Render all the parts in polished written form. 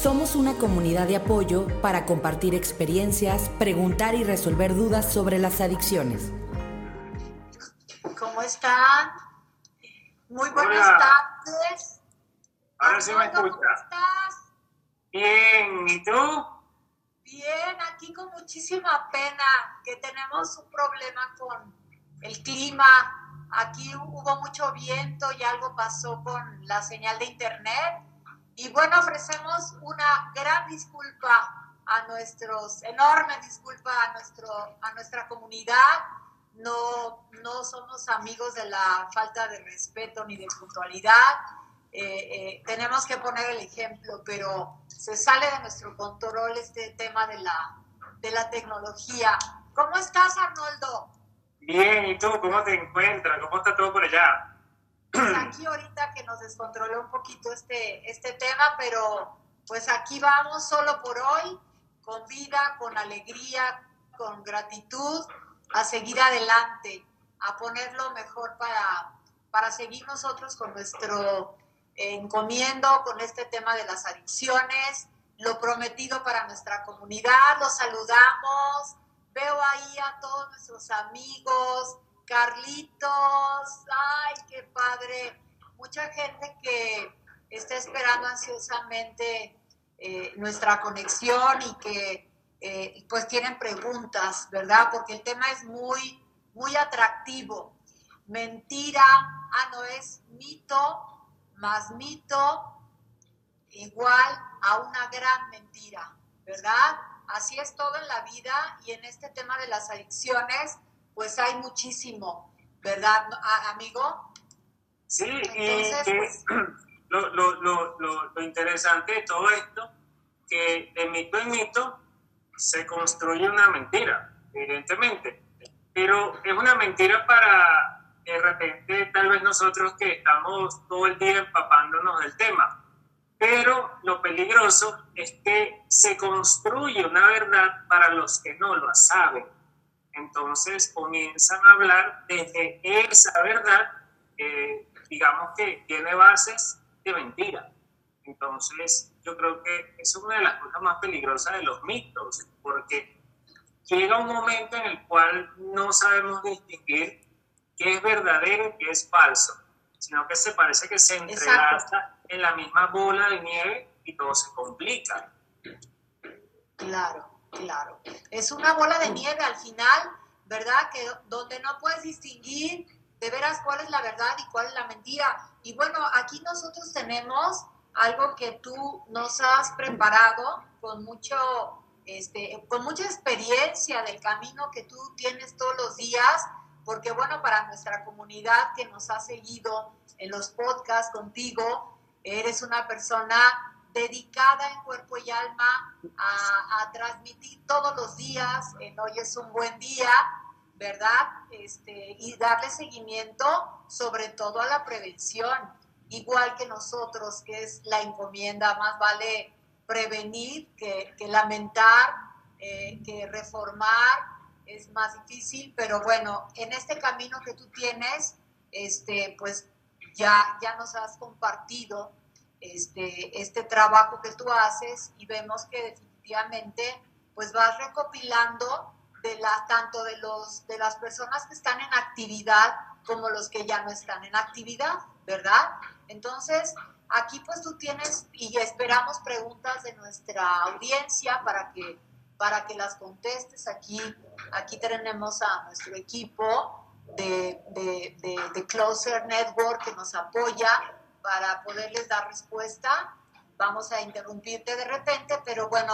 Somos una comunidad de apoyo para compartir experiencias, preguntar y resolver dudas sobre las adicciones. ¿Cómo están? Muy buenas tardes. Ahora sí me escuchas. ¿Cómo estás? Bien, ¿y tú? Bien, aquí con muchísima pena que tenemos un problema con el clima. Aquí hubo mucho viento y algo pasó con la señal de internet. Y bueno, ofrecemos una gran disculpa enorme disculpa a nuestra comunidad. No somos amigos de la falta de respeto ni de puntualidad. Tenemos que poner el ejemplo, pero se sale de nuestro control este tema de la tecnología. ¿Cómo estás, Arnoldo? Bien, ¿y tú? ¿Cómo te encuentras? ¿Cómo está todo por allá? Pues aquí ahorita que nos descontroló un poquito este tema, pero pues aquí vamos solo por hoy, con vida, con alegría, con gratitud, a seguir adelante, a poner lo mejor para seguir nosotros con nuestro encomiendo, con este tema de las adicciones, lo prometido para nuestra comunidad. Los saludamos, veo ahí a todos nuestros amigos, Carlitos, ay, qué padre, mucha gente que está esperando ansiosamente nuestra conexión y que pues tienen preguntas, ¿verdad? Porque el tema es muy, muy atractivo. Mentira, no es mito, más mito igual a una gran mentira, ¿verdad? Así es todo en la vida y en este tema de las adicciones, pues hay muchísimo, ¿verdad, amigo? Sí, entonces, y lo interesante de todo esto, que de mito en mito se construye una mentira, evidentemente, pero es una mentira para de repente tal vez nosotros que estamos todo el día empapándonos del tema, pero lo peligroso es que se construye una verdad para los que no lo saben. Entonces comienzan a hablar desde esa verdad, digamos que tiene bases de mentira. Entonces yo creo que es una de las cosas más peligrosas de los mitos, porque llega un momento en el cual no sabemos distinguir qué es verdadero y qué es falso, sino que se parece que se entrelaza en la misma bola de nieve y todo se complica. Claro. Es una bola de nieve al final, ¿verdad? Que donde no puedes distinguir de veras cuál es la verdad y cuál es la mentira. Y bueno, aquí nosotros tenemos algo que tú nos has preparado con mucha experiencia del camino que tú tienes todos los días, porque bueno, para nuestra comunidad que nos ha seguido en los podcasts contigo, eres una persona dedicada en cuerpo y alma a transmitir todos los días, hoy es un buen día, ¿verdad? Y darle seguimiento sobre todo a la prevención, igual que nosotros, que es la encomienda, más vale prevenir que lamentar, que reformar es más difícil, pero bueno, en este camino que tú tienes, pues ya nos has compartido este trabajo que tú haces y vemos que definitivamente pues vas recopilando tanto de las personas que están en actividad como los que ya no están en actividad, ¿verdad? Entonces, aquí pues tú tienes y esperamos preguntas de nuestra audiencia para que las contestes. Aquí tenemos a nuestro equipo de Closer Network que nos apoya para poderles dar respuesta. Vamos a interrumpirte de repente, pero bueno,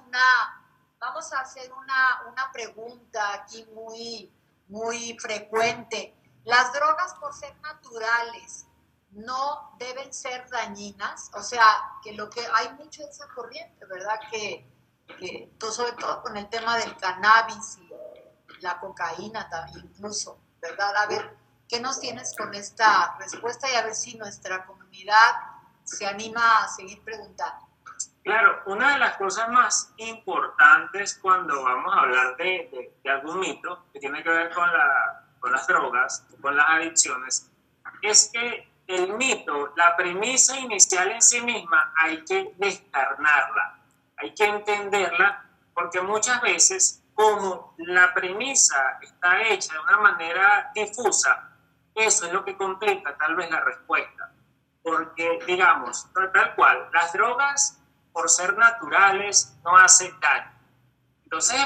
vamos a hacer una pregunta aquí muy, muy frecuente. ¿Las drogas, por ser naturales, no deben ser dañinas? O sea, que hay mucho de esa corriente, ¿verdad? Que sobre todo con el tema del cannabis y la cocaína también incluso, ¿verdad? A ver, ¿qué nos tienes con esta respuesta? Y a ver si nuestra comunidad se anima a seguir preguntando. Claro, una de las cosas más importantes cuando vamos a hablar de algún mito que tiene que ver con las drogas, con las adicciones, es que el mito, la premisa inicial en sí misma, hay que descarnarla, hay que entenderla, porque muchas veces, como la premisa está hecha de una manera difusa, eso es lo que complica tal vez la respuesta. Porque, digamos, tal cual, las drogas, por ser naturales, no hacen daño. Entonces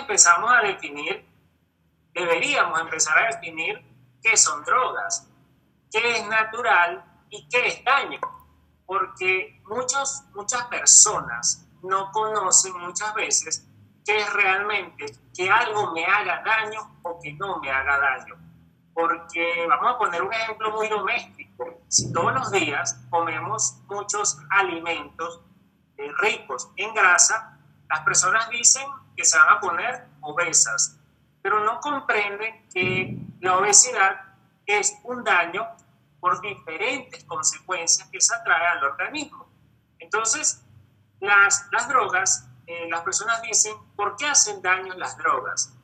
deberíamos empezar a definir qué son drogas, qué es natural y qué es daño. Porque muchas personas no conocen muchas veces qué es realmente que algo me haga daño o que no me haga daño. Porque vamos a poner un ejemplo muy doméstico. Si todos los días comemos muchos alimentos ricos en grasa, las personas dicen que se van a poner obesas, pero no comprenden que la obesidad es un daño por diferentes consecuencias que se atrae al organismo. Entonces, las drogas, las personas dicen, ¿por qué hacen daño las drogas?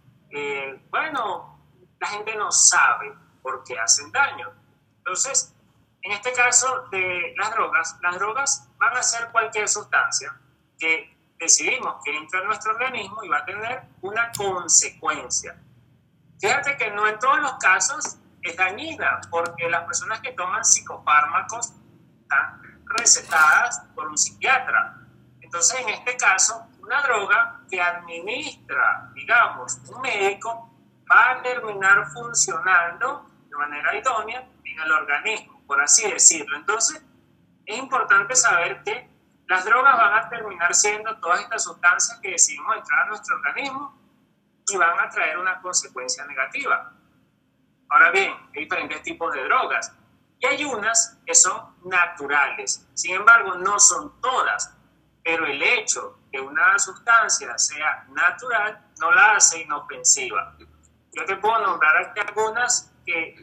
Bueno, la gente no sabe por qué hacen daño. Entonces, en este caso de las drogas van a ser cualquier sustancia que decidimos que entra en nuestro organismo y va a tener una consecuencia. Fíjate que no en todos los casos es dañina, porque las personas que toman psicofármacos están recetadas por un psiquiatra. Entonces, en este caso, una droga que administra, digamos, un médico, va a terminar funcionando de manera idónea en el organismo, por así decirlo. Entonces, es importante saber que las drogas van a terminar siendo todas estas sustancias que decidimos entrar a nuestro organismo y van a traer una consecuencia negativa. Ahora bien, hay diferentes tipos de drogas y hay unas que son naturales. Sin embargo, no son todas, pero el hecho que una sustancia sea natural no la hace inofensiva. Yo te puedo nombrar aquí algunas que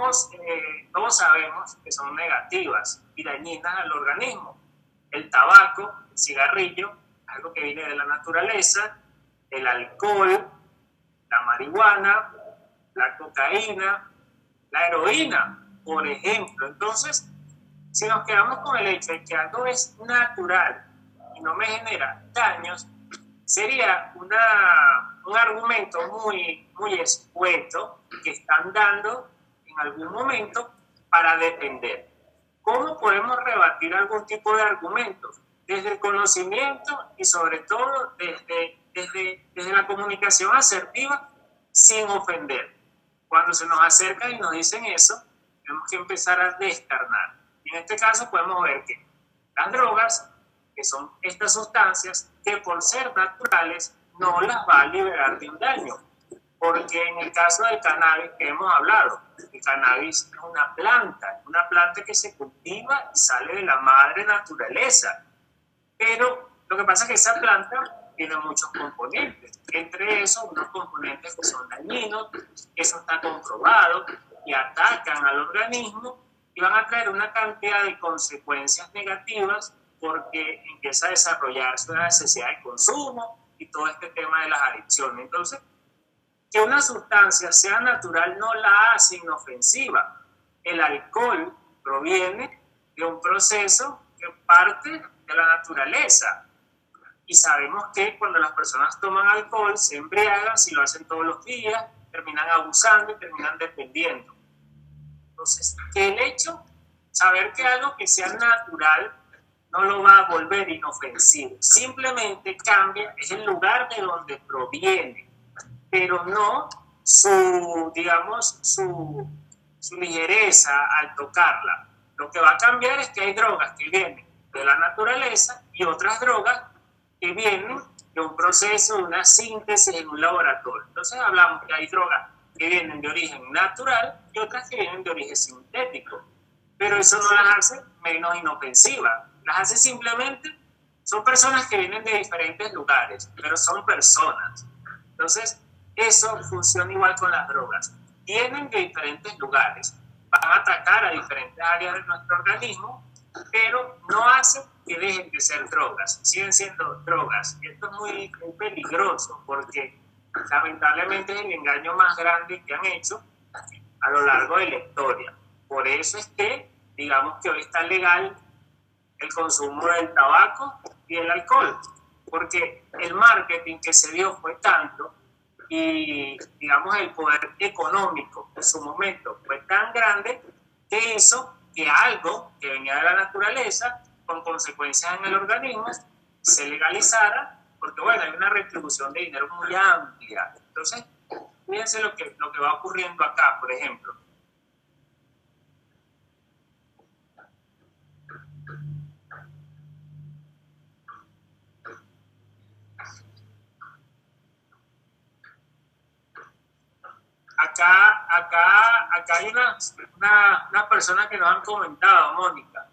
todos sabemos que son negativas y dañinas al organismo. El tabaco, el cigarrillo, algo que viene de la naturaleza, el alcohol, la marihuana, la cocaína, la heroína, por ejemplo. Entonces, si nos quedamos con el hecho de que algo es natural y no me genera daños, sería un argumento muy escueto que están dando en algún momento para defender. ¿Cómo podemos rebatir algún tipo de argumentos? Desde el conocimiento y sobre todo desde la comunicación asertiva sin ofender. Cuando se nos acercan y nos dicen eso, tenemos que empezar a descarnar. En este caso podemos ver que las drogas, que son estas sustancias que por ser naturales no las va a liberar de un daño. Porque en el caso del cannabis que hemos hablado, el cannabis es una planta que se cultiva y sale de la madre naturaleza. Pero lo que pasa es que esa planta tiene muchos componentes, entre esos unos componentes que son dañinos, eso está comprobado, y atacan al organismo y van a traer una cantidad de consecuencias negativas porque empieza a desarrollarse una necesidad de consumo y todo este tema de las adicciones. Entonces, que una sustancia sea natural no la hace inofensiva. El alcohol proviene de un proceso que parte de la naturaleza. Y sabemos que cuando las personas toman alcohol, se embriagan, si lo hacen todos los días, terminan abusando y terminan dependiendo. Entonces, que el hecho, saber que algo que sea natural no lo va a volver inofensivo. Simplemente cambia, es el lugar de donde proviene, pero no su ligereza al tocarla. Lo que va a cambiar es que hay drogas que vienen de la naturaleza y otras drogas que vienen de un proceso, de una síntesis en un laboratorio. Entonces hablamos que hay drogas que vienen de origen natural y otras que vienen de origen sintético. Pero eso no las hace menos inofensivas. Las hace simplemente, son personas que vienen de diferentes lugares, pero son personas. Entonces, eso funciona igual con las drogas. Vienen de diferentes lugares, van a atacar a diferentes áreas de nuestro organismo, pero no hacen que dejen de ser drogas, siguen siendo drogas. Y esto es muy peligroso porque lamentablemente es el engaño más grande que han hecho a lo largo de la historia. Por eso es que digamos que hoy está legal el consumo del tabaco y el alcohol, porque el marketing que se dio fue tanto y, digamos, el poder económico en su momento fue tan grande que hizo que algo que venía de la naturaleza, con consecuencias en el organismo, se legalizara, porque bueno, hay una retribución de dinero muy amplia. Entonces, fíjense lo que va ocurriendo acá, por ejemplo. Acá hay una persona que nos han comentado, Mónica.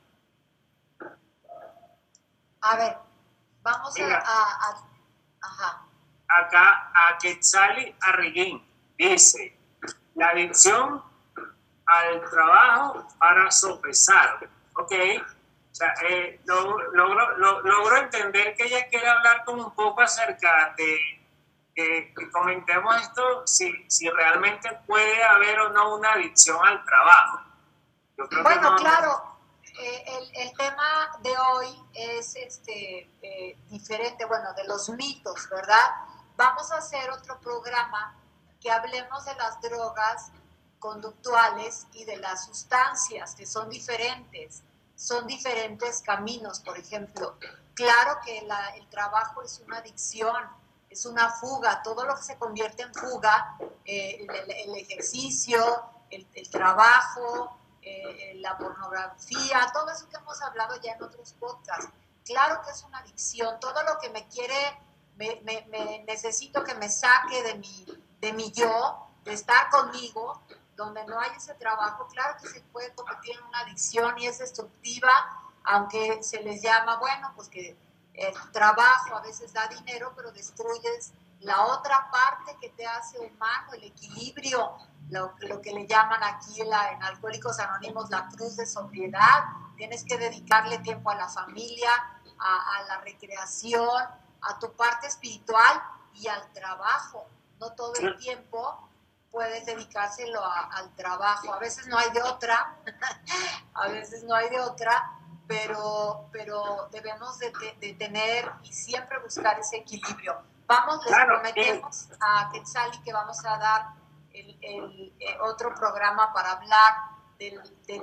A ver, vamos. Mira, ajá. Acá a Quetzali Arriguín dice, la adicción al trabajo para sopesar, ¿ok? O sea, logro entender que ella quiere hablar como un poco acerca de que comentemos esto, si realmente puede haber o no una adicción al trabajo. Yo creo bueno, que no, claro, el tema de hoy es diferente, bueno, de los mitos, ¿verdad? Vamos a hacer otro programa que hablemos de las drogas conductuales y de las sustancias, que son diferentes caminos, por ejemplo. Claro que el trabajo es una adicción, es una fuga, todo lo que se convierte en fuga, el ejercicio, el trabajo, la pornografía, todo eso que hemos hablado ya en otros podcasts. Claro que es una adicción, todo lo que me quiere, necesito que me saque de mi yo, de estar conmigo, donde no hay ese trabajo, claro que se puede convertir en una adicción y es destructiva, aunque se les llama, bueno, pues que el trabajo a veces da dinero, pero destruyes la otra parte que te hace humano, el equilibrio, lo que le llaman aquí en Alcohólicos Anónimos la cruz de sobriedad. Tienes que dedicarle tiempo a la familia, a la recreación, a tu parte espiritual y al trabajo. No todo el tiempo puedes dedicárselo al trabajo. A veces no hay de otra, pero debemos de tener y siempre buscar ese equilibrio. Les prometemos a Quetzali que vamos a dar el otro programa para hablar de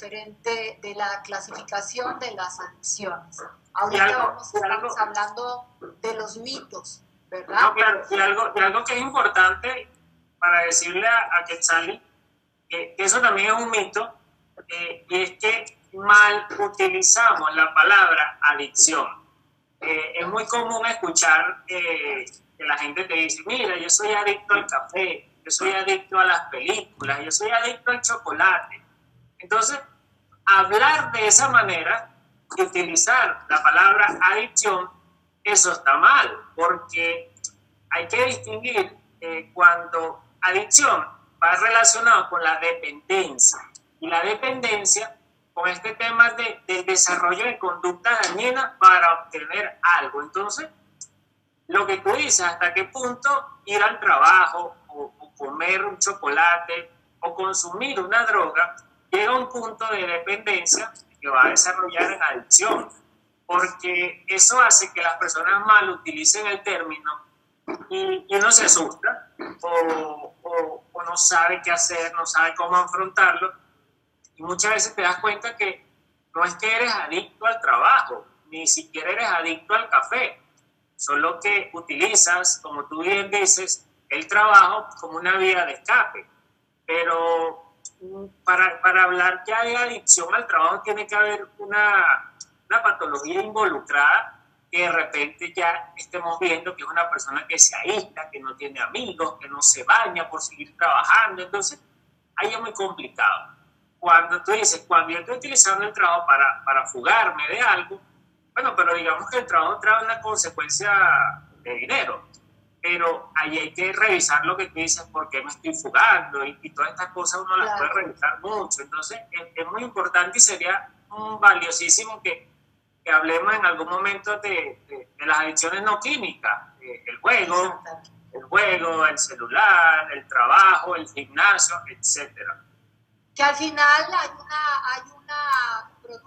la clasificación de las adicciones. Ahorita estamos hablando de los mitos, ¿verdad? No, claro, y algo que es importante para decirle a Quetzali, que eso también es un mito, y es que mal utilizamos la palabra adicción. Es muy común escuchar que la gente te dice, mira, yo soy adicto al café, yo soy adicto a las películas, yo soy adicto al chocolate. Entonces, hablar de esa manera y utilizar la palabra adicción, eso está mal, porque hay que distinguir cuando adicción va relacionado con la dependencia, y la dependencia con este tema del desarrollo de conductas dañinas para obtener algo. Entonces, lo que tú dices, hasta qué punto ir al trabajo o comer un chocolate o consumir una droga llega a un punto de dependencia que va a desarrollar en adicción, porque eso hace que las personas mal utilicen el término y uno se asusta o no sabe qué hacer, no sabe cómo afrontarlo, y muchas veces te das cuenta que no es que eres adicto al trabajo, ni siquiera eres adicto al café, solo que utilizas, como tú bien dices, el trabajo como una vía de escape. Pero para hablar ya de adicción al trabajo tiene que haber una patología involucrada, que de repente ya estemos viendo que es una persona que se aísla, que no tiene amigos, que no se baña por seguir trabajando. Entonces, ahí es muy complicado. Cuando tú dices, cuando yo estoy utilizando el trabajo para fugarme de algo, bueno, pero digamos que el trabajo trae una consecuencia de dinero, pero ahí hay que revisar lo que tú dices, por qué me estoy fugando, y todas estas cosas uno las puede revisar mucho. Entonces, es muy importante y sería valiosísimo que hablemos en algún momento de las adicciones no químicas, el juego, el celular, el trabajo, el gimnasio, etcétera. Que al final hay una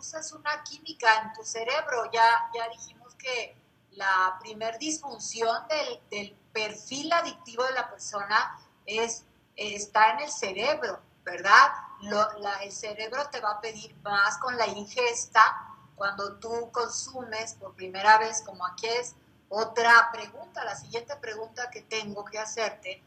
produces una química en tu cerebro. Ya dijimos que la primer disfunción del perfil adictivo de la persona está en el cerebro, ¿verdad? El cerebro te va a pedir más con la ingesta cuando tú consumes por primera vez, como aquí es otra pregunta, la siguiente pregunta que tengo que hacerte.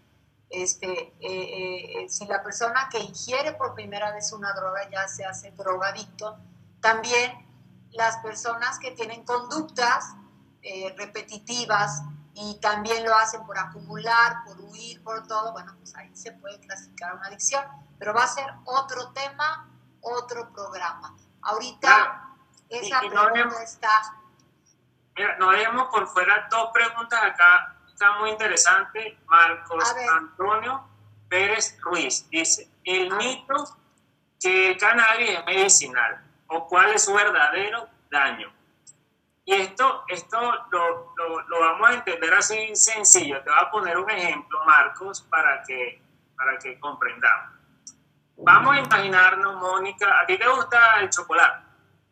Si la persona que ingiere por primera vez una droga ya se hace drogadicto, también las personas que tienen conductas repetitivas y también lo hacen por acumular, por huir, por todo, bueno, pues ahí se puede clasificar una adicción, pero va a ser otro tema, otro programa. Ahorita esa pregunta está... Mira, nos dejemos por fuera dos preguntas acá. Está muy interesante. Marcos Antonio Pérez Ruiz dice: el mito que el cannabis es medicinal, o cuál es su verdadero daño. Y esto lo vamos a entender así sencillo. Te voy a poner un ejemplo, Marcos, para que comprendamos. Vamos a imaginarnos, Mónica, ¿a ti te gusta el chocolate?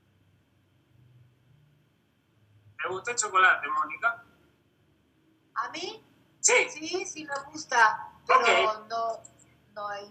¿Te gusta el chocolate, Mónica? ¿A mí? Sí. Sí me gusta, pero okay. no es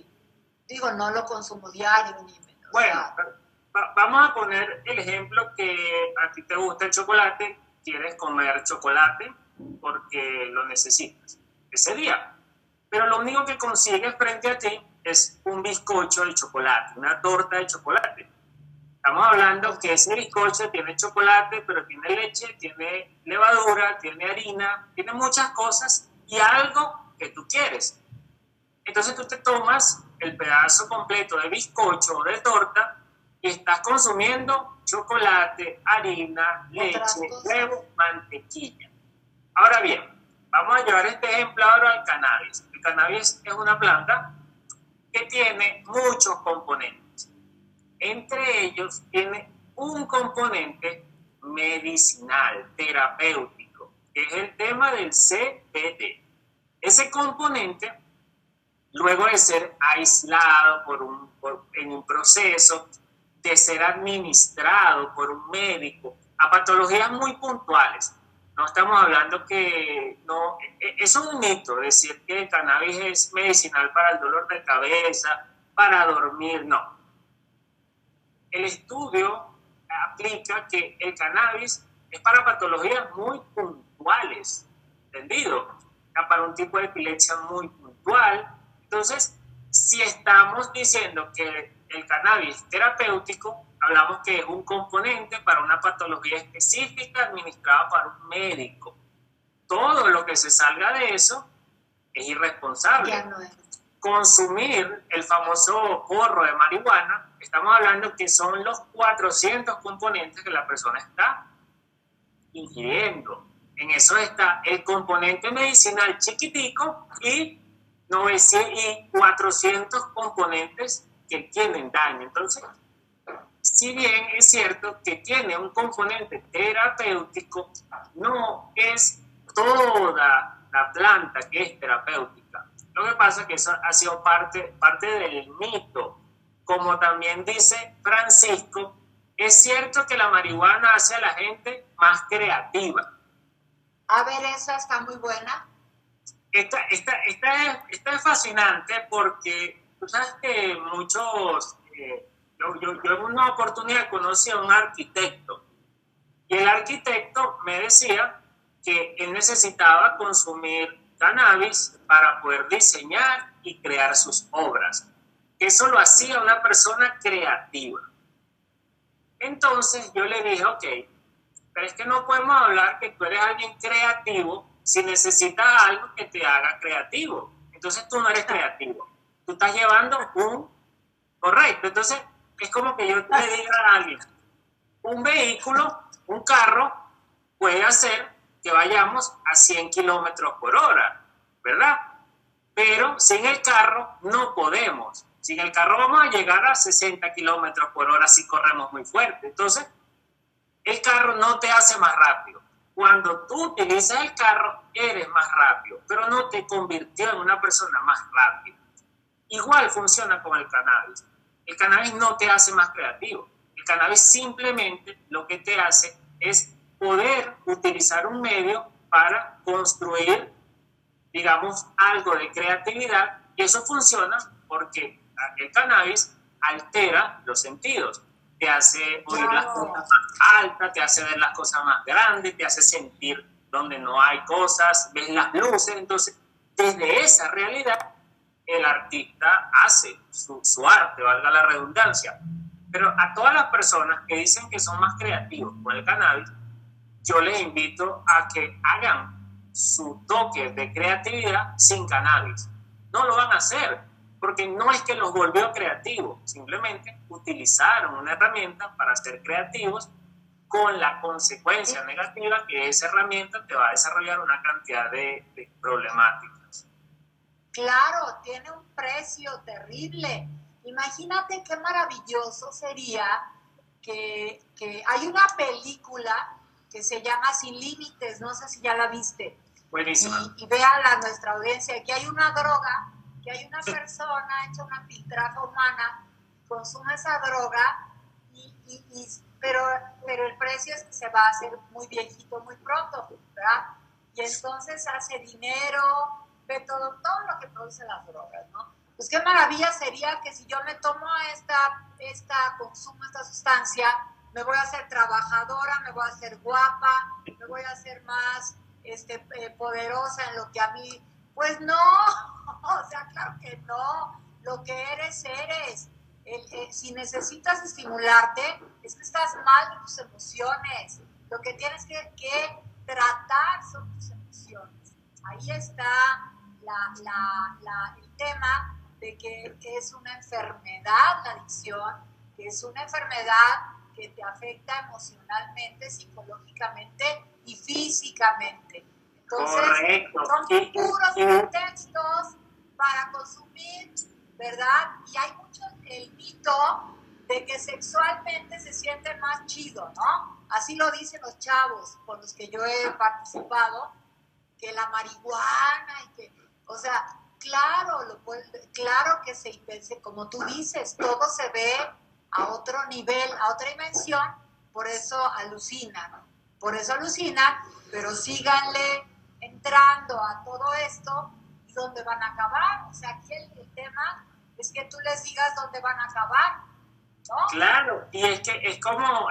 no lo consumo diario ni menos. Bueno, vamos a poner el ejemplo que a ti te gusta el chocolate, quieres comer chocolate porque lo necesitas ese día, pero lo único que consigues frente a ti es un bizcocho de chocolate, una torta de chocolate. Estamos hablando que ese bizcocho tiene chocolate, pero tiene leche, tiene levadura, tiene harina, tiene muchas cosas y algo que tú quieres. Entonces tú te tomas el pedazo completo de bizcocho o de torta y estás consumiendo chocolate, harina, leche, huevo, mantequilla. Ahora bien, vamos a llevar este ejemplo ahora al cannabis. El cannabis es una planta que tiene muchos componentes. Entre ellos tiene un componente medicinal, terapéutico, que es el tema del CBD. Ese componente, luego de ser aislado en un proceso, de ser administrado por un médico a patologías muy puntuales. No estamos hablando que no, es un mito decir que el cannabis es medicinal para el dolor de cabeza, para dormir, no. El estudio aplica que el cannabis es para patologías muy puntuales, ¿entendido? Para un tipo de epilepsia muy puntual. Entonces, si estamos diciendo que el cannabis es terapéutico, hablamos que es un componente para una patología específica administrada por un médico. Todo lo que se salga de eso es irresponsable. Ya no es. Consumir el famoso porro de marihuana, estamos hablando que son los 400 componentes que la persona está ingiriendo. En eso está el componente medicinal chiquitico y 400 componentes que tienen daño. Entonces, si bien es cierto que tiene un componente terapéutico, no es toda la planta que es terapéutica. Lo que pasa es que eso ha sido parte del mito. Como también dice Francisco, es cierto que la marihuana hace a la gente más creativa. A ver, esa está muy buena. Esta es fascinante porque tú sabes que muchos... yo en una oportunidad conocí a un arquitecto y el arquitecto me decía que él necesitaba consumir cannabis para poder diseñar y crear sus obras. Eso lo hacía una persona creativa. Entonces yo le dije, ok, pero es que no podemos hablar que tú eres alguien creativo si necesitas algo que te haga creativo. Entonces tú no eres creativo. Tú estás llevando correcto. Entonces es como que yo le diga a alguien, un vehículo, un carro, puede hacer que vayamos a 100 kilómetros por hora, ¿verdad? Pero sin el carro no podemos. Sin el carro vamos a llegar a 60 kilómetros por hora si corremos muy fuerte. Entonces, el carro no te hace más rápido. Cuando tú utilizas el carro, eres más rápido, pero no te convirtió en una persona más rápida. Igual funciona con el cannabis. El cannabis no te hace más creativo. El cannabis simplemente lo que te hace es poder utilizar un medio para construir, digamos, algo de creatividad, y eso funciona porque el cannabis altera los sentidos. Te hace oír las cosas más altas, te hace ver las cosas más grandes, te hace sentir donde no hay cosas, ves las luces. Entonces, desde esa realidad, el artista hace su arte, valga la redundancia. Pero a todas las personas que dicen que son más creativos con el cannabis, yo les invito a que hagan su toque de creatividad sin cannabis. No lo van a hacer, porque no es que los volvió creativos, simplemente utilizaron una herramienta para ser creativos, con la consecuencia negativa que esa herramienta te va a desarrollar una cantidad de problemáticas. Claro, tiene un precio terrible. Imagínate qué maravilloso sería que hay una película que se llama Sin Límites, no sé si ya la viste. Buenísima. Y véanla a nuestra audiencia, que hay una droga, que hay una persona hecha una piltrafa humana, consume esa droga, pero el precio es que se va a hacer muy viejito muy pronto, ¿verdad? Y entonces hace dinero, ve todo lo que producen las drogas, ¿no? Pues qué maravilla sería que si yo me tomo consumo esta sustancia, me voy a hacer trabajadora, me voy a hacer guapa, me voy a hacer más poderosa en lo que a mí, pues no, o sea, claro que no, lo que eres. Si necesitas estimularte, es que estás mal de tus emociones, lo que tienes que tratar son tus emociones. Ahí está el tema de que es una enfermedad la adicción, que es una enfermedad que te afecta emocionalmente, psicológicamente y físicamente. Entonces, correcto, son puros pretextos para consumir, ¿verdad? Y hay mucho el mito de que sexualmente se siente más chido, ¿no? Así lo dicen los chavos con los que yo he participado, que la marihuana y que, o sea, claro que como tú dices, todo se ve a otro nivel, a otra dimensión, por eso alucinan, pero síganle entrando a todo esto y dónde van a acabar. O sea, aquí el tema es que tú les digas dónde van a acabar, ¿no? Claro, y es que es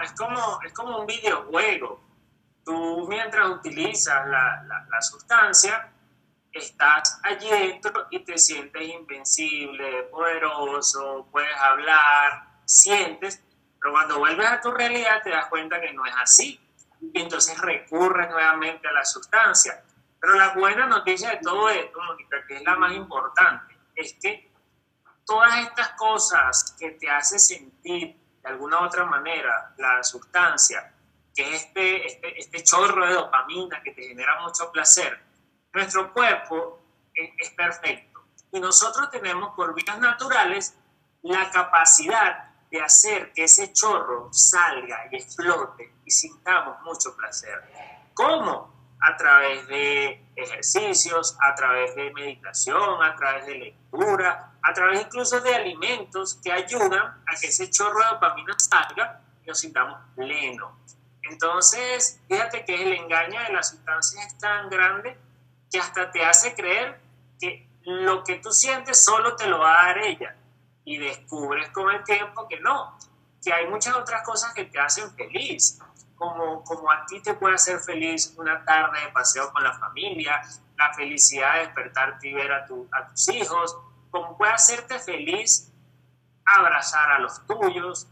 como un videojuego. Tú, mientras utilizas la sustancia, estás allí dentro y te sientes invencible, poderoso, puedes hablar, sientes, pero cuando vuelves a tu realidad te das cuenta que no es así, y entonces recurres nuevamente a la sustancia. Pero la buena noticia de todo esto, Mónica, que es la más importante, es que todas estas cosas que te hace sentir de alguna u otra manera la sustancia, que es este chorro de dopamina que te genera mucho placer, nuestro cuerpo es perfecto y nosotros tenemos por vías naturales la capacidad de hacer que ese chorro salga y explote y sintamos mucho placer. ¿Cómo? A través de ejercicios, a través de meditación, a través de lectura, a través incluso de alimentos que ayudan a que ese chorro de dopamina salga y nos sintamos plenos. Entonces, fíjate que el engaño de las sustancias es tan grande que hasta te hace creer que lo que tú sientes solo te lo va a dar ella. Y descubres con el tiempo que no, que hay muchas otras cosas que te hacen feliz, como a ti te puede hacer feliz una tarde de paseo con la familia, la felicidad de despertarte y ver a tus hijos, como puede hacerte feliz abrazar a los tuyos.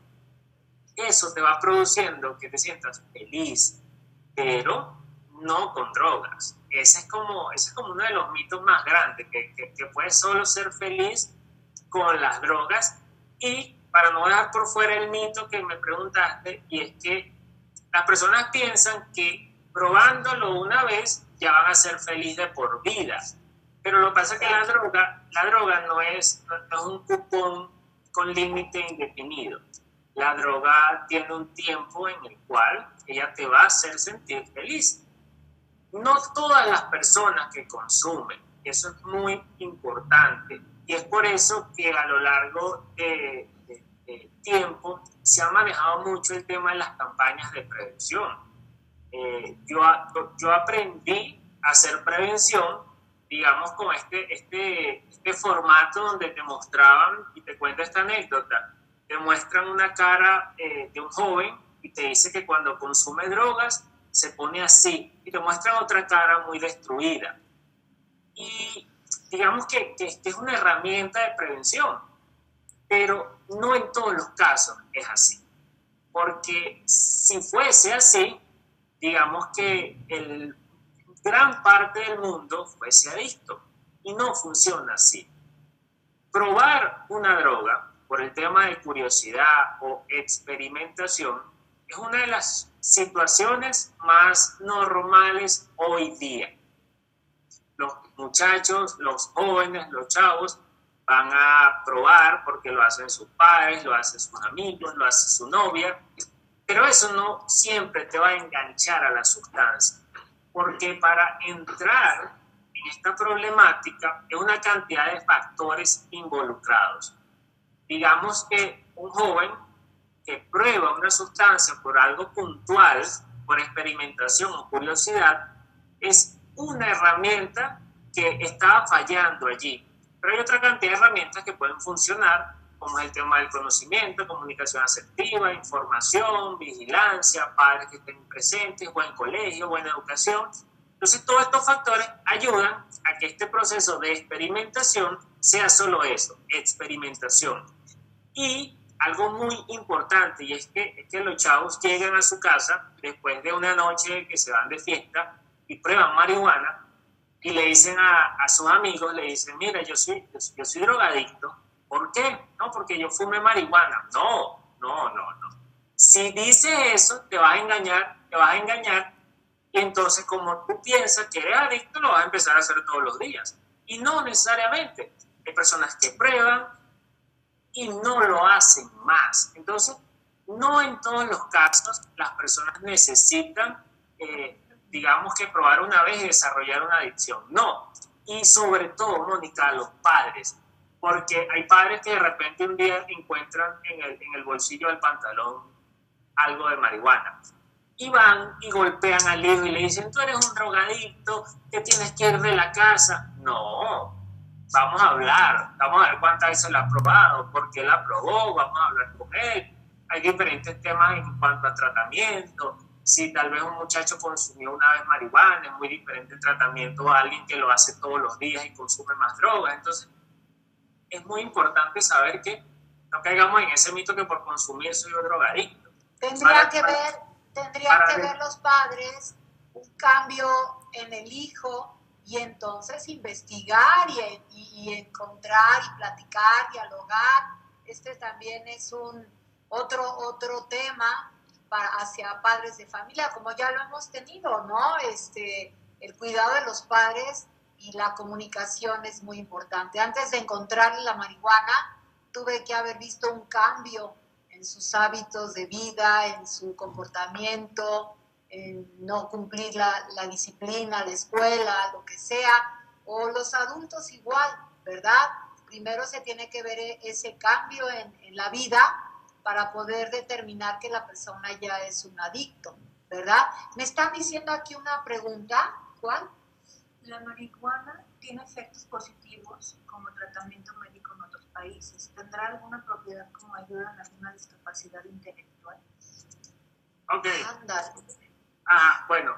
Eso te va produciendo que te sientas feliz, pero no con drogas. Ese es como uno de los mitos más grandes, que puedes solo ser feliz con las drogas. Y para no dejar por fuera el mito que me preguntaste, y es que las personas piensan que probándolo una vez ya van a ser felices de por vida. Pero lo que pasa es que la droga no es un cupón con límite indefinido. La droga tiene un tiempo en el cual ella te va a hacer sentir feliz. No todas las personas que consumen, eso es muy importante, y es por eso que a lo largo de tiempo se ha manejado mucho el tema de las campañas de prevención. Yo aprendí a hacer prevención, digamos, con este formato donde te mostraban, y te cuento esta anécdota, te muestran una cara de un joven y te dice que cuando consume drogas se pone así, y te muestran otra cara muy destruida. Y digamos que es una herramienta de prevención, pero no en todos los casos es así. Porque si fuese así, digamos que gran parte del mundo fuese adicto, y no funciona así. Probar una droga por el tema de curiosidad o experimentación es una de las situaciones más normales hoy día. Los muchachos, los jóvenes, los chavos van a probar porque lo hacen sus padres, lo hacen sus amigos, lo hace su novia, pero eso no siempre te va a enganchar a la sustancia, porque para entrar en esta problemática es una cantidad de factores involucrados. Digamos que un joven que prueba una sustancia por algo puntual, por experimentación o curiosidad, es una herramienta que estaba fallando allí. Pero hay otra cantidad de herramientas que pueden funcionar, como es el tema del conocimiento, comunicación asertiva, información, vigilancia, padres que estén presentes, buen colegio, buena educación. Entonces, todos estos factores ayudan a que este proceso de experimentación sea solo eso, experimentación. Y algo muy importante, y es que los chavos llegan a su casa después de una noche que se van de fiesta y prueban marihuana, y le dicen a sus amigos, le dicen, mira, yo soy drogadicto. ¿Por qué? No, porque yo fumé marihuana. No. Si dices eso, te vas a engañar, y entonces como tú piensas que eres adicto, lo vas a empezar a hacer todos los días. Y no necesariamente. Hay personas que prueban y no lo hacen más. Entonces, no en todos los casos las personas necesitan digamos que probar una vez y desarrollar una adicción. No. Y sobre todo, Mónica, los padres. Porque hay padres que de repente un día encuentran en el bolsillo del pantalón algo de marihuana. Y van y golpean al hijo y le dicen, tú eres un drogadicto, te tienes que ir de la casa. No. Vamos a hablar. Vamos a ver cuántas veces la ha probado, por qué la probó, vamos a hablar con él. Hay diferentes temas en cuanto a tratamiento. Si tal vez un muchacho consumió una vez marihuana, es muy diferente el tratamiento a alguien que lo hace todos los días y consume más drogas. Entonces, es muy importante saber que no caigamos en ese mito que por consumir soy un drogadicto. Tendrían que ver los padres un cambio en el hijo, y entonces investigar y encontrar y platicar, dialogar. Este también es otro tema hacia padres de familia, como ya lo hemos tenido, ¿no? El cuidado de los padres y la comunicación es muy importante. Antes de encontrar la marihuana, tuve que haber visto un cambio en sus hábitos de vida, en su comportamiento, en no cumplir la disciplina, la escuela, lo que sea, o los adultos igual, ¿verdad? Primero se tiene que ver ese cambio en la vida para poder determinar que la persona ya es un adicto, ¿verdad? Me están diciendo aquí una pregunta, ¿cuál? La marihuana tiene efectos positivos como tratamiento médico en otros países. ¿Tendrá alguna propiedad como ayuda en alguna discapacidad intelectual? Ok. Ándale. Bueno,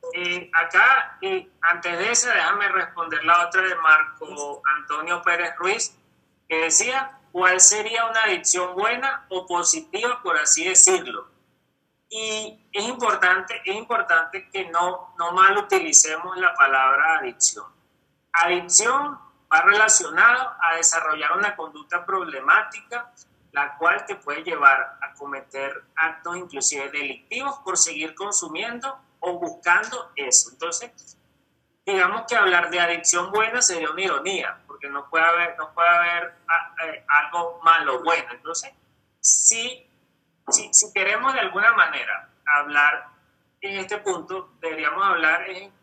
acá, antes de eso, déjame responder la otra de Marco Antonio Pérez Ruiz, que decía, ¿cuál sería una adicción buena o positiva, por así decirlo? Y es importante que no mal utilicemos la palabra adicción. Adicción va relacionado a desarrollar una conducta problemática, la cual te puede llevar a cometer actos inclusive delictivos por seguir consumiendo o buscando eso. Entonces, digamos que hablar de adicción buena sería una ironía, porque no puede haber algo malo bueno. Entonces, si queremos de alguna manera hablar en este punto, deberíamos hablar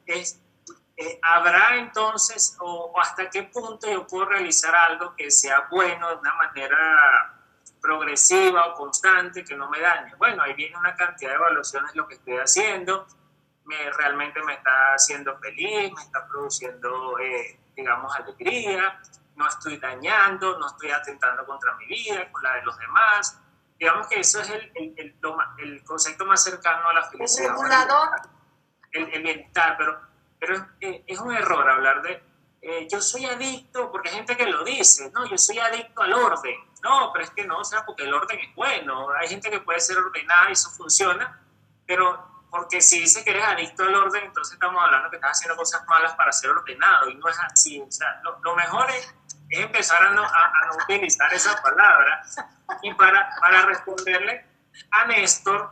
¿habrá entonces o hasta qué punto yo puedo realizar algo que sea bueno de una manera progresiva o constante que no me dañe. Bueno, ahí viene una cantidad de evaluaciones de lo que estoy haciendo, realmente me está haciendo feliz, me está produciendo, digamos, alegría, no estoy dañando, no estoy atentando contra mi vida, con la de los demás. Digamos que eso es el concepto más cercano a la felicidad. El regulador. El bienestar, pero es un error hablar de yo soy adicto, porque hay gente que lo dice, no, yo soy adicto al orden. No, pero es que no, o sea, porque el orden es bueno. Hay gente que puede ser ordenada y eso funciona, pero porque si dice que eres adicto al orden, entonces estamos hablando que estás haciendo cosas malas para ser ordenado, y no es así. O sea, lo mejor es empezar a no utilizar esa palabra. Y para responderle a Néstor,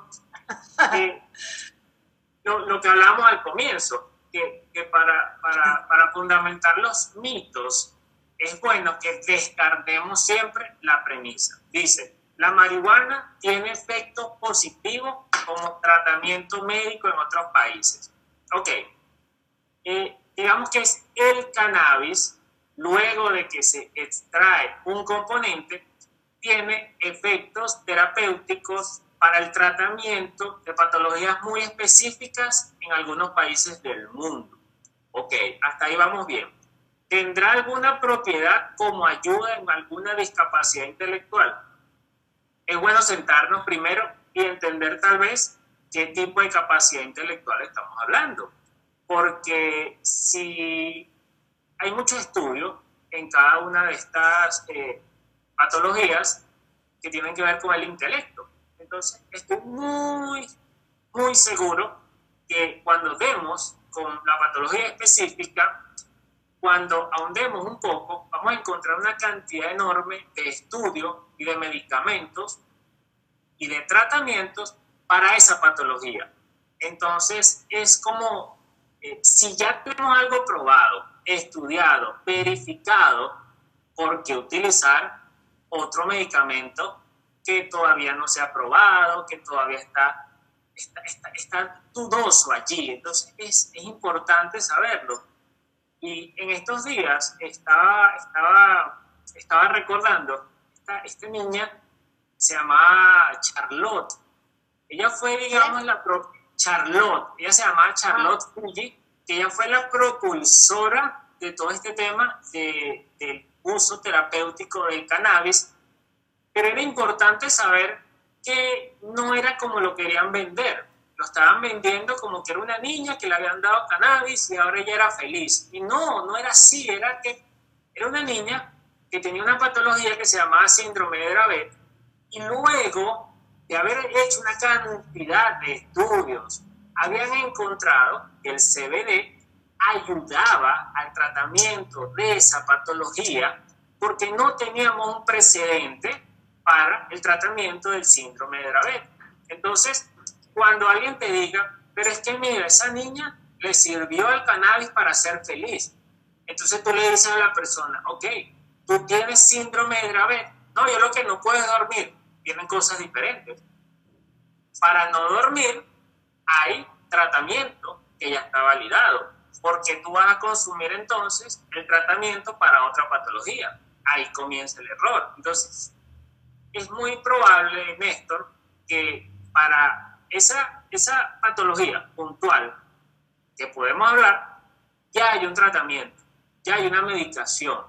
lo que hablábamos al comienzo, que para fundamentar los mitos es bueno que descartemos siempre la premisa. Dice, la marihuana tiene efectos positivos como tratamiento médico en otros países. Ok, digamos que es el cannabis, luego de que se extrae un componente, tiene efectos terapéuticos para el tratamiento de patologías muy específicas en algunos países del mundo. Ok, hasta ahí vamos bien. ¿Tendrá alguna propiedad como ayuda en alguna discapacidad intelectual? Es bueno sentarnos primero y entender tal vez qué tipo de capacidad intelectual estamos hablando. Porque si hay muchos estudios en cada una de estas patologías que tienen que ver con el intelecto. Entonces, estoy muy seguro que cuando demos con la patología específica, cuando ahondemos un poco, vamos a encontrar una cantidad enorme de estudios y de medicamentos y de tratamientos para esa patología. Entonces, es como si ya tenemos algo probado, estudiado, verificado, ¿por qué utilizar otro medicamento que todavía no se ha probado, que todavía está dudoso allí? Entonces es importante saberlo. Y en estos días estaba recordando, esta niña se llamaba Charlotte. Ella fue, digamos, ella se llamaba Charlotte Fugit, que ella fue la propulsora de todo este tema del uso terapéutico del cannabis. Pero era importante saber que no era como lo querían vender. Lo estaban vendiendo como que era una niña que le habían dado cannabis y ahora ella era feliz. Y no era así. Era una niña que tenía una patología que se llamaba síndrome de Dravet. Y luego de haber hecho una cantidad de estudios, habían encontrado que el CBD ayudaba al tratamiento de esa patología porque no teníamos un precedente para el tratamiento del síndrome de Dravet. Entonces, cuando alguien te diga, pero es que mira, esa niña le sirvió el cannabis para ser feliz, entonces tú le dices a la persona, ok, tú tienes síndrome de Dravet. No, yo lo que no puedo es dormir. Tienen cosas diferentes. Para no dormir hay tratamiento que ya está validado, porque tú vas a consumir entonces el tratamiento para otra patología. Ahí comienza el error. Entonces, es muy probable, Néstor, que para esa patología puntual que podemos hablar, ya hay un tratamiento, ya hay una medicación,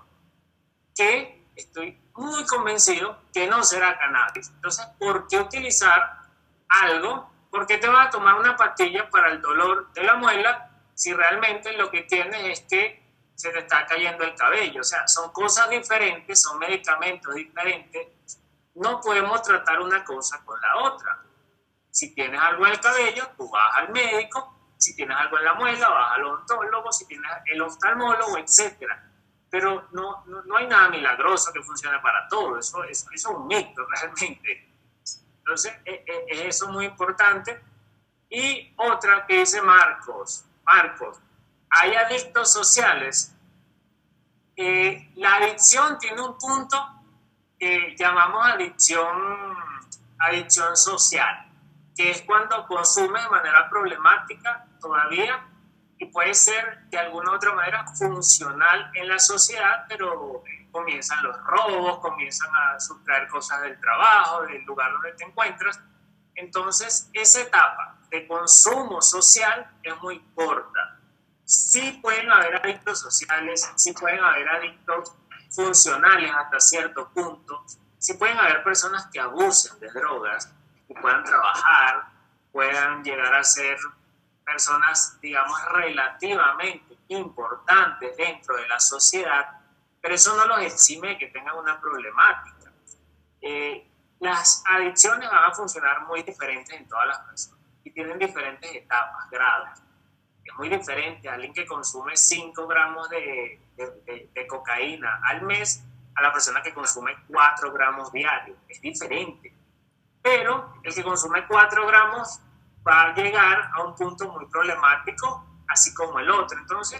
que estoy muy convencido que no será cannabis. Entonces, ¿por qué utilizar algo? ¿Por qué te vas a tomar una pastilla para el dolor de la muela si realmente lo que tienes es que se te está cayendo el cabello? O sea, son cosas diferentes, son medicamentos diferentes. No podemos tratar una cosa con la otra. Si tienes algo en el cabello, tú vas al médico. Si tienes algo en la muela, vas al odontólogo. Si tienes el oftalmólogo, etc. Pero no hay nada milagroso que funcione para todo. Eso es un mito realmente. Entonces, es eso muy importante. Y otra que dice Marcos, hay adictos sociales. La adicción tiene un punto que llamamos adicción social, que es cuando consumes de manera problemática todavía y puede ser de alguna u otra manera funcional en la sociedad, pero comienzan los robos, comienzan a sustraer cosas del trabajo, del lugar donde te encuentras. Entonces, esa etapa de consumo social es muy corta. Sí pueden haber adictos sociales, sí pueden haber adictos funcionales hasta cierto punto, sí pueden haber personas que abusen de drogas y puedan trabajar, puedan llegar a ser personas, digamos, relativamente importantes dentro de la sociedad, pero eso no los exime de que tengan una problemática. Las adicciones van a funcionar muy diferentes en todas las personas y tienen diferentes etapas, grados. Es muy diferente a alguien que consume 5 gramos de cocaína al mes a la persona que consume 4 gramos diarios. Es diferente. Pero el que consume 4 gramos va a llegar a un punto muy problemático, así como el otro. Entonces,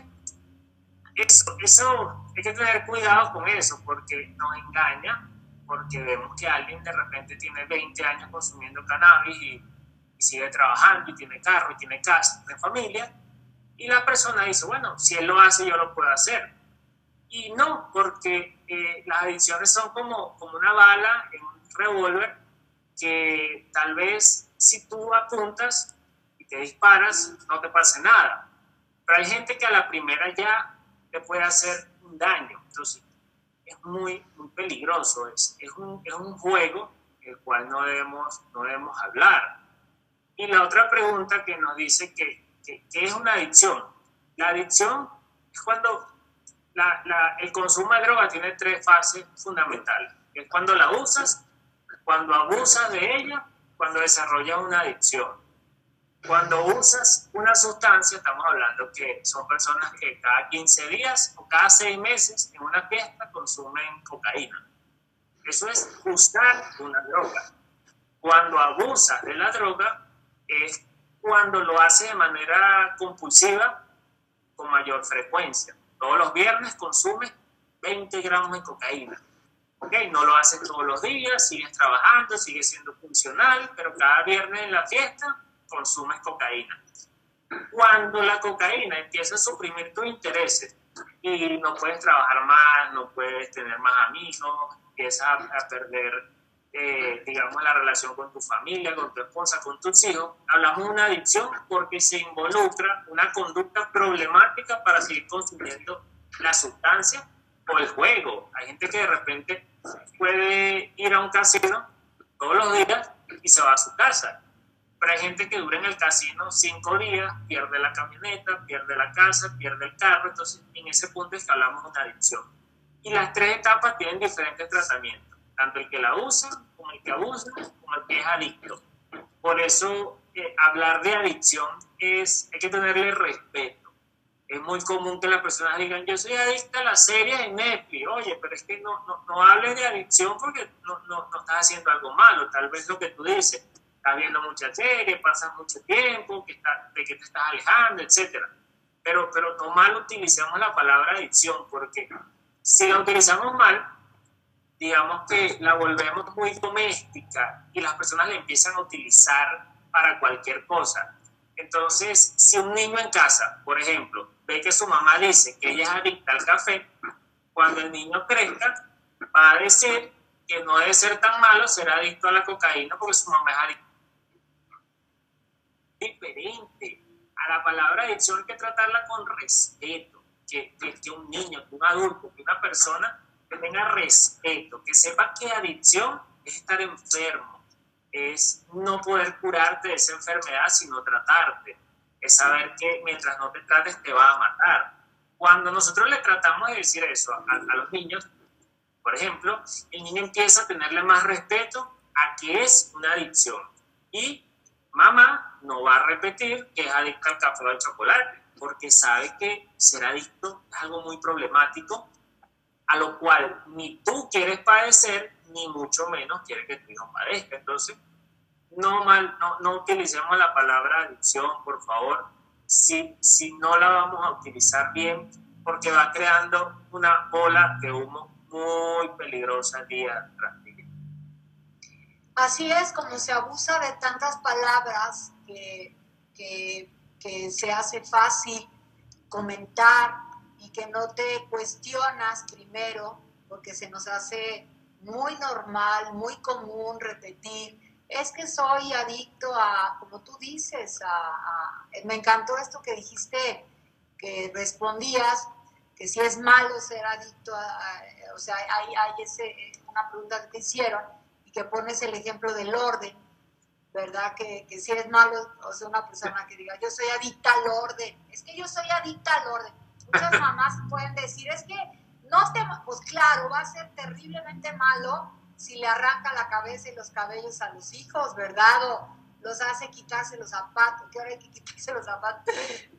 eso hay que tener cuidado con eso, porque nos engaña, porque vemos que alguien de repente tiene 20 años consumiendo cannabis y sigue trabajando, y tiene carro, y tiene casa, tiene familia, y la persona dice, bueno, si él lo hace, yo lo puedo hacer. Y no, porque las adicciones son como una bala en un revólver, que tal vez si tú apuntas y te disparas, no te pase nada. Pero hay gente que a la primera ya te puede hacer un daño. Entonces, es muy, muy peligroso. Es un juego el cual no debemos hablar. Y la otra pregunta que nos dice que es una adicción. La adicción es cuando el consumo de droga tiene 3 fases fundamentales. Es cuando la usas, cuando abusas de ella, cuando desarrollas una adicción. Cuando usas una sustancia, estamos hablando que son personas que cada 15 días o cada 6 meses en una fiesta consumen cocaína. Eso es usar una droga. Cuando abusas de la droga es cuando lo haces de manera compulsiva con mayor frecuencia. Todos los viernes consumes 20 gramos de cocaína. Okay, no lo haces todos los días, sigues trabajando, sigues siendo funcional, pero cada viernes en la fiesta consumes cocaína. Cuando la cocaína empieza a suprimir tus intereses y no puedes trabajar más, no puedes tener más amigos, empiezas a perder, digamos, la relación con tu familia, con tu esposa, con tus hijos, hablamos de una adicción porque se involucra una conducta problemática para seguir consumiendo la sustancia o el juego. Hay gente que de repente puede ir a un casino todos los días y se va a su casa. Pero hay gente que dura en el casino 5 días, pierde la camioneta, pierde la casa, pierde el carro. Entonces, en ese punto es que hablamos de una adicción. Y las 3 etapas tienen diferentes tratamientos. Tanto el que la usa, como el que abusa, como el que es adicto. Por eso, hablar de adicción hay que tenerle respeto. Es muy común que las personas digan, yo soy adicta a las series en Netflix. Oye, pero es que no hables de adicción porque no estás haciendo algo malo. Tal vez lo que tú dices, estás viendo muchas series, pasas mucho tiempo, de que te estás alejando, etc. Pero no mal utilicemos la palabra adicción, porque si la utilizamos mal, digamos que la volvemos muy doméstica y las personas la empiezan a utilizar para cualquier cosa. Entonces, si un niño en casa, por ejemplo, ve que su mamá dice que ella es adicta al café, cuando el niño crezca, va a decir que no debe ser tan malo ser adicto a la cocaína porque su mamá es adicta. Diferente. A la palabra adicción hay que tratarla con respeto, que un niño, que un adulto, que una persona que tenga respeto, que sepa que adicción es estar enfermo, es no poder curarte de esa enfermedad, sino tratarte. Es saber que mientras no te trates te va a matar. Cuando nosotros le tratamos de decir eso a los niños, por ejemplo, el niño empieza a tenerle más respeto a que es una adicción. Y mamá no va a repetir que es adicta al café o al chocolate, porque sabe que ser adicto es algo muy problemático, a lo cual ni tú quieres padecer, ni mucho menos quieres que tu hijo padezca. Entonces, no utilicemos la palabra adicción, por favor, si no la vamos a utilizar bien, porque va creando una bola de humo muy peligrosa día tras día. Así es, como se abusa de tantas palabras que se hace fácil comentar y que no te cuestionas primero, porque se nos hace muy normal, muy común repetir, es que soy adicto a, como tú dices, me encantó esto que dijiste, que respondías, que si es malo ser adicto o sea, hay una pregunta que te hicieron y que pones el ejemplo del orden, ¿verdad? Que si es malo, o sea, una persona que diga, yo soy adicta al orden, es que yo soy adicta al orden. Muchas mamás pueden decir, es que pues claro, va a ser terriblemente malo si le arranca la cabeza y los cabellos a los hijos, ¿verdad? O los hace quitarse los zapatos, que ahora hay que quitarse los zapatos,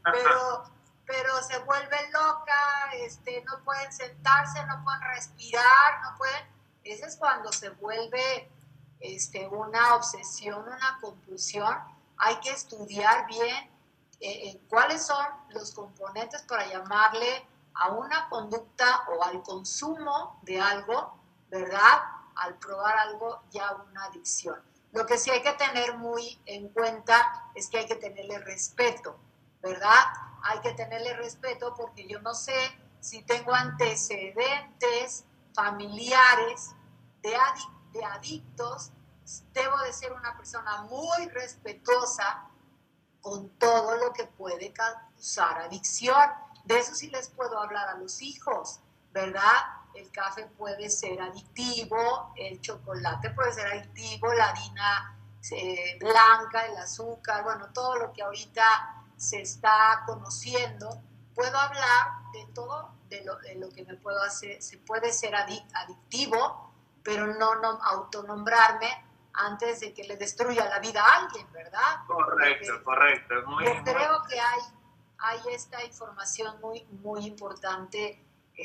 pero se vuelve loca, no pueden sentarse, no pueden respirar, no pueden, ese es cuando se vuelve una obsesión, una compulsión. Hay que estudiar bien cuáles son los componentes para llamarle a una conducta o al consumo de algo, ¿verdad? Al probar algo, ya una adicción. Lo que sí hay que tener muy en cuenta es que hay que tenerle respeto, ¿verdad? Hay que tenerle respeto porque yo no sé si tengo antecedentes familiares de adictos. Debo de ser una persona muy respetuosa con todo lo que puede causar adicción. De eso sí les puedo hablar a los hijos, ¿verdad? El café puede ser adictivo, el chocolate puede ser adictivo, la harina blanca, el azúcar, bueno, todo lo que ahorita se está conociendo. Puedo hablar de todo, de lo que me puedo hacer, se puede ser adictivo, pero no autonombrarme antes de que le destruya la vida a alguien, ¿verdad? Correcto, correcto. Yo creo que hay esta información muy, muy importante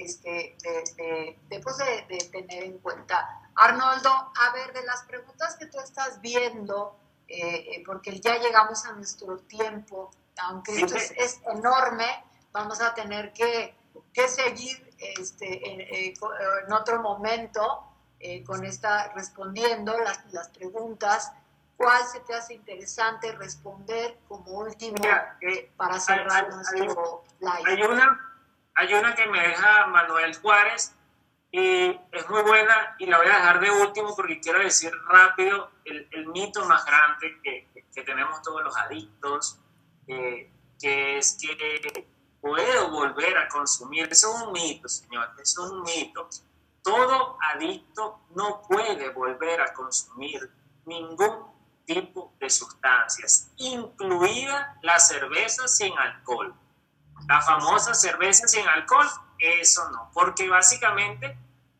de tener en cuenta. Arnoldo, a ver, de las preguntas que tú estás viendo, porque ya llegamos a nuestro tiempo, aunque esto es enorme, vamos a tener que seguir en otro momento respondiendo las preguntas. ¿Cuál se te hace interesante responder como último para cerrar nuestro live? Hay una que me deja Manuel Juárez y es muy buena y la voy a dejar de último porque quiero decir rápido el mito más grande que tenemos todos los adictos, que es que puedo volver a consumir. Eso es un mito, señor, eso es un mito. Todo adicto no puede volver a consumir ningún tipo de sustancias, incluida la cerveza sin alcohol. La famosa cerveza sin alcohol, eso no, porque básicamente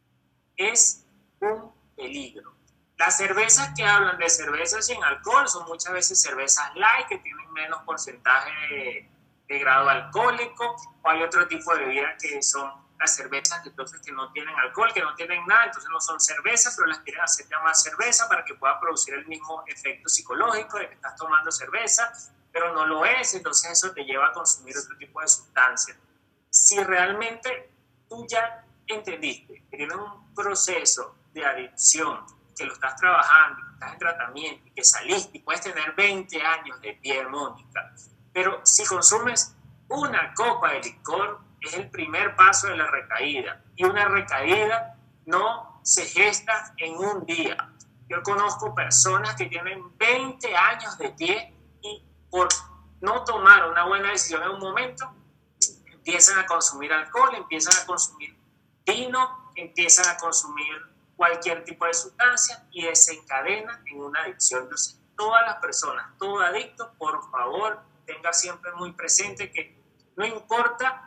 es un peligro. Las cervezas que hablan de cervezas sin alcohol son muchas veces cervezas light, que tienen menos porcentaje de grado alcohólico, o hay otro tipo de bebida que son las cervezas entonces que no tienen alcohol, que no tienen nada, entonces no son cervezas, pero las quieren hacer llamar cerveza para que pueda producir el mismo efecto psicológico de que estás tomando cerveza, pero no lo es, entonces eso te lleva a consumir otro tipo de sustancias. Si realmente tú ya entendiste que tienes un proceso de adicción, que lo estás trabajando, que estás en tratamiento, y que saliste y puedes tener 20 años de pie, Mónica, pero si consumes una copa de licor, es el primer paso de la recaída, y una recaída no se gesta en un día. Yo conozco personas que tienen 20 años de pie y por no tomar una buena decisión en un momento, empiezan a consumir alcohol, empiezan a consumir vino, empiezan a consumir cualquier tipo de sustancia y desencadenan en una adicción. Entonces, todas las personas, todo adicto, por favor, tenga siempre muy presente que no importa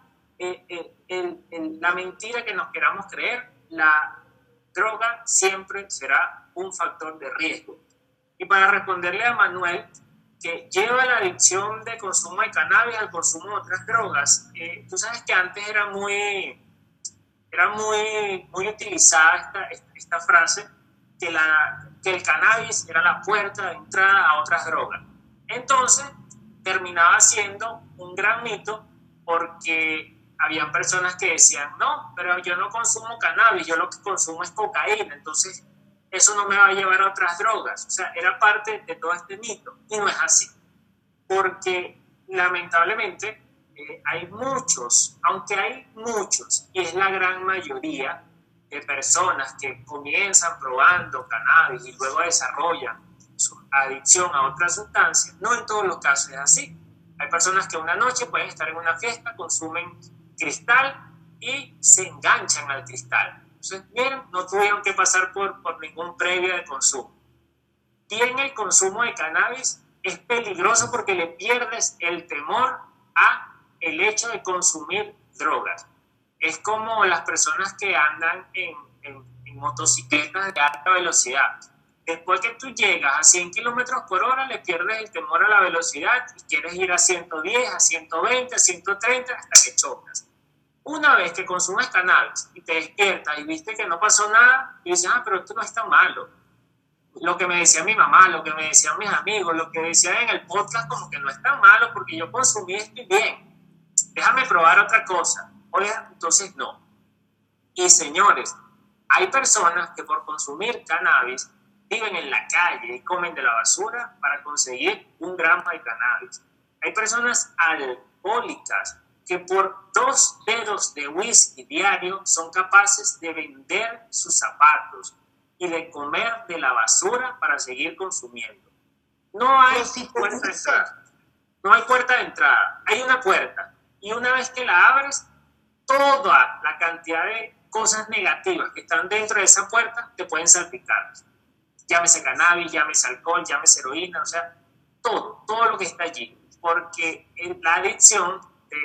la mentira que nos queramos creer, la droga siempre será un factor de riesgo. Y para responderle a Manuel, que lleva la adicción de consumo de cannabis al consumo de otras drogas, tú sabes que antes era muy utilizada esta frase, que el cannabis era la puerta de entrada a otras drogas. Entonces, terminaba siendo un gran mito porque habían personas que decían, no, pero yo no consumo cannabis, yo lo que consumo es cocaína, entonces eso no me va a llevar a otras drogas. O sea, era parte de todo este mito y no es así, porque lamentablemente hay muchos, aunque hay muchos, y es la gran mayoría de personas que comienzan probando cannabis y luego desarrollan su adicción a otras sustancias, no en todos los casos es así. Hay personas que una noche pueden estar en una fiesta, consumen cristal y se enganchan al cristal. Entonces, bien, no tuvieron que pasar por ningún previo de consumo. Y en el consumo de cannabis es peligroso porque le pierdes el temor a el hecho de consumir drogas. Es como las personas que andan en motocicletas de alta velocidad. Después que tú llegas a 100 kilómetros por hora, le pierdes el temor a la velocidad y quieres ir a 110, a 120, a 130 hasta que chocas. Una vez que consumes cannabis y te despiertas y viste que no pasó nada, y dices, pero esto no es tan malo. Lo que me decía mi mamá, lo que me decían mis amigos, lo que decían en el podcast, como que no es tan malo porque yo consumí esto y bien. Déjame probar otra cosa. Oye, entonces no. Y señores, hay personas que por consumir cannabis viven en la calle y comen de la basura para conseguir 1 gramo de cannabis. Hay personas alcohólicas que por 2 dedos de whisky diario son capaces de vender sus zapatos y de comer de la basura para seguir consumiendo. No hay puerta de entrada. No hay puerta de entrada. Hay una puerta. Y una vez que la abres, toda la cantidad de cosas negativas que están dentro de esa puerta te pueden salpicar. Llámese cannabis, llámese alcohol, llámese heroína, o sea, todo lo que está allí. Porque la adicción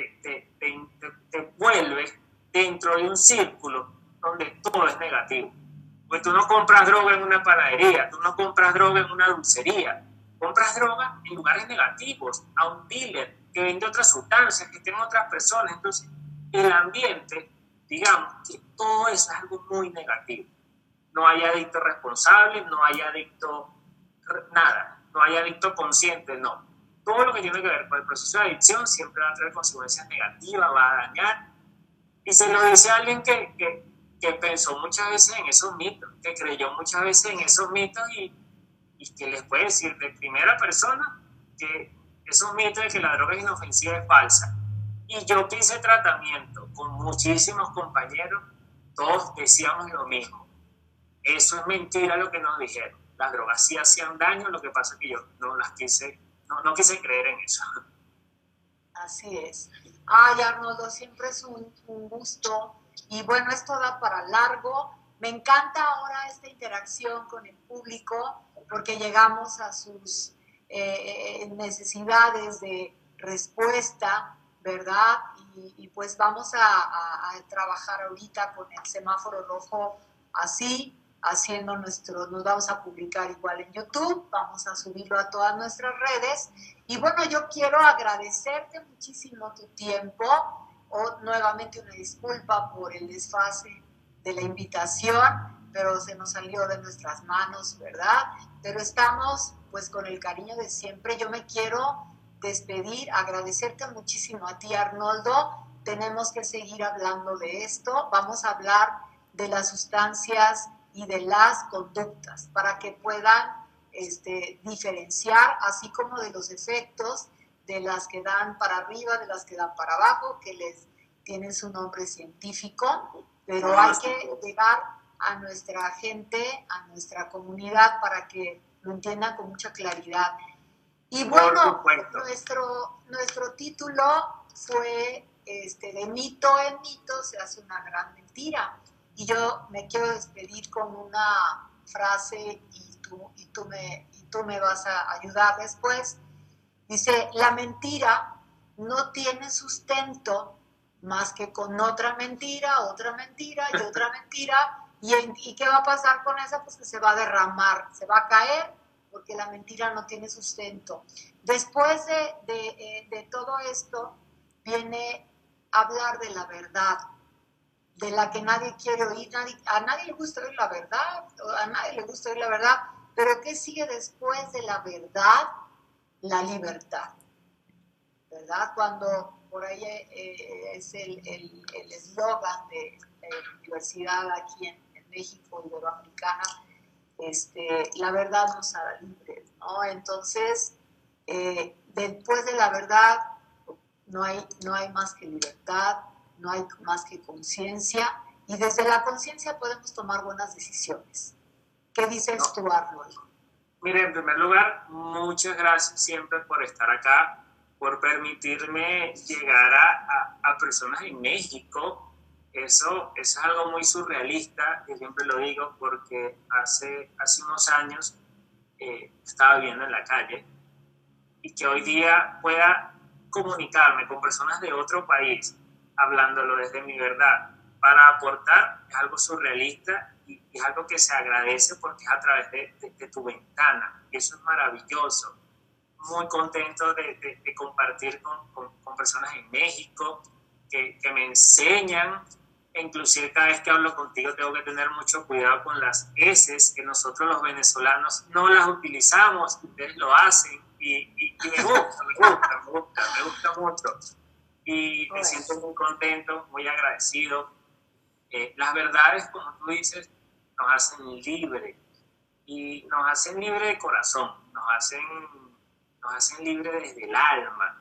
te vuelve dentro de un círculo donde todo es negativo. Pues tú no compras droga en una panadería, tú no compras droga en una dulcería, compras droga en lugares negativos, a un dealer que vende otras sustancias, que tienen otras personas. Entonces, el ambiente, digamos, que todo eso es algo muy negativo. No hay adicto responsable, no hay adicto nada, no hay adicto consciente, no. Todo lo que tiene que ver con el proceso de adicción siempre va a traer consecuencias negativas, va a dañar. Y se lo dice a alguien que pensó muchas veces en esos mitos, que creyó muchas veces en esos mitos y que les puede decir de primera persona que esos mitos de que la droga es inofensiva es falsa. Y yo que hice tratamiento con muchísimos compañeros, todos decíamos lo mismo. Eso es mentira lo que nos dijeron. Las drogas sí hacían daño, lo que pasa es que yo no quise creer en eso. Así es. Ay, Arnoldo, siempre es un gusto. Y bueno, esto da para largo. Me encanta ahora esta interacción con el público porque llegamos a sus necesidades de respuesta, ¿verdad? Y pues vamos a trabajar ahorita con el semáforo rojo así, nos vamos a publicar igual en YouTube, vamos a subirlo a todas nuestras redes. Y bueno, yo quiero agradecerte muchísimo tu tiempo. Nuevamente una disculpa por el desfase de la invitación, pero se nos salió de nuestras manos, ¿verdad? Pero estamos pues con el cariño de siempre. Yo me quiero despedir, agradecerte muchísimo a ti, Arnoldo. Tenemos que seguir hablando de esto. Vamos a hablar de las sustancias y de las conductas para que puedan diferenciar, así como de los efectos, de las que dan para arriba, de las que dan para abajo, que tienen su nombre científico, pero hay que llegar a nuestra gente, a nuestra comunidad, para que lo entiendan con mucha claridad. Y bueno, nuestro título fue de mito en mito se hace una gran mentira. Y yo me quiero despedir con una frase y tú me vas a ayudar después. Dice, la mentira no tiene sustento más que con otra mentira y otra mentira. ¿Y qué va a pasar con esa? Pues que se va a derramar, se va a caer, porque la mentira no tiene sustento. Después de todo esto, viene a hablar de la verdad, de la que nadie quiere oír. A nadie le gusta oír la verdad, pero ¿qué sigue después de la verdad? La libertad, ¿verdad? Cuando por ahí es el eslogan de la universidad aquí en México, iberoamericana, la verdad nos hará libres, ¿no? Entonces, después de la verdad no hay más que libertad, no hay más que conciencia, y desde la conciencia podemos tomar buenas decisiones. ¿Qué dices tú, Arnold? Mire, en primer lugar, muchas gracias siempre por estar acá, por permitirme llegar a personas en México. Eso es algo muy surrealista, que siempre lo digo, porque hace unos años estaba viviendo en la calle, y que hoy día pueda comunicarme con personas de otro país, hablándolo desde mi verdad, para aportar, es algo surrealista y es algo que se agradece porque es a través de tu ventana. Y eso es maravilloso. Muy contento de compartir con personas en México que me enseñan. Inclusive cada vez que hablo contigo tengo que tener mucho cuidado con las eses, que nosotros los venezolanos no las utilizamos, ustedes lo hacen, y me gusta mucho. Y me siento muy contento, muy agradecido. Las verdades, como tú dices, nos hacen libres, y nos hacen libres de corazón, nos hacen libres desde el alma,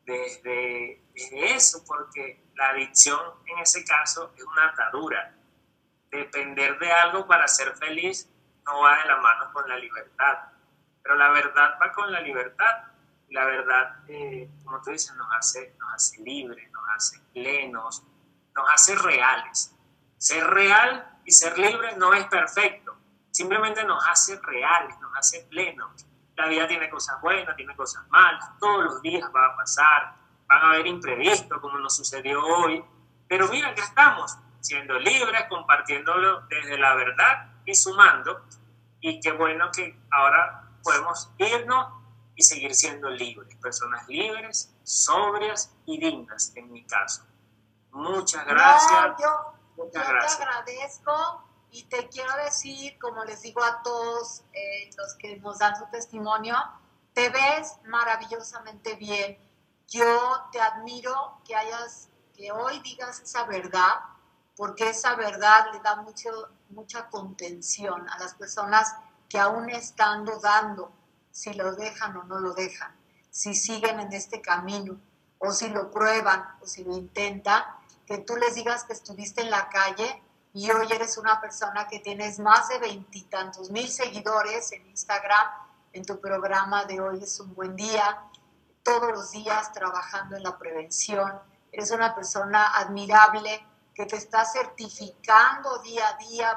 desde eso, porque la adicción en ese caso es una atadura. Depender de algo para ser feliz no va de la mano con la libertad, pero la verdad va con la libertad. La verdad, como tú dices, nos hace libres, nos hace plenos, nos hace reales. Ser real y ser libre no es perfecto, simplemente nos hace reales, nos hace plenos. La vida tiene cosas buenas, tiene cosas malas, todos los días va a pasar, van a haber imprevistos como nos sucedió hoy, pero mira, acá estamos, siendo libres, compartiéndolo desde la verdad y sumando, y qué bueno que ahora podemos irnos y seguir siendo libres, personas libres, sobrias y dignas, en mi caso. Muchas gracias. Yo te agradezco y te quiero decir, como les digo a todos los que nos dan su testimonio, te ves maravillosamente bien. Yo te admiro que hoy digas esa verdad, porque esa verdad le da mucha contención a las personas que aún están dudando si lo dejan o no lo dejan, si siguen en este camino, o si lo prueban, o si lo intentan, que tú les digas que estuviste en la calle y hoy eres una persona que tienes más de 20 y tantos mil seguidores en Instagram, en tu programa de Hoy es un Buen Día, todos los días trabajando en la prevención. Eres una persona admirable que te está certificando día a día,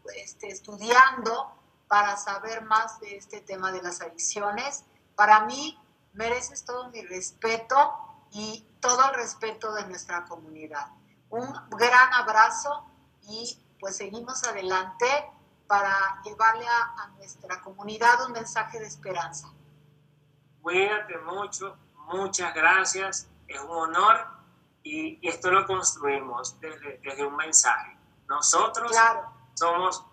estudiando para saber más de este tema de las adicciones. Para mí mereces todo mi respeto y todo el respeto de nuestra comunidad. Un gran abrazo y pues seguimos adelante para llevarle a nuestra comunidad un mensaje de esperanza. Cuídate mucho, muchas gracias, es un honor, y esto lo construimos desde un mensaje. Nosotros somos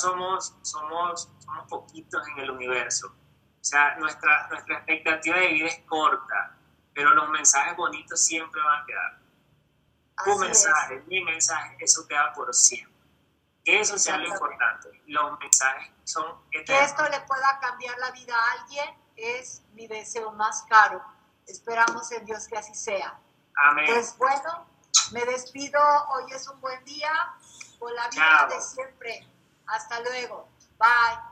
poquitos en el universo, o sea, nuestra expectativa de vida es corta, pero los mensajes bonitos siempre van a quedar. Tu mensaje, mi mensaje, eso queda por siempre. Que eso sea lo importante. Los mensajes son eternos. Que esto le pueda cambiar la vida a alguien es mi deseo más caro. Esperamos en Dios que así sea. Amén. Pues bueno, me despido. Hoy es un buen día. Con la vida de siempre. Hasta luego. Bye.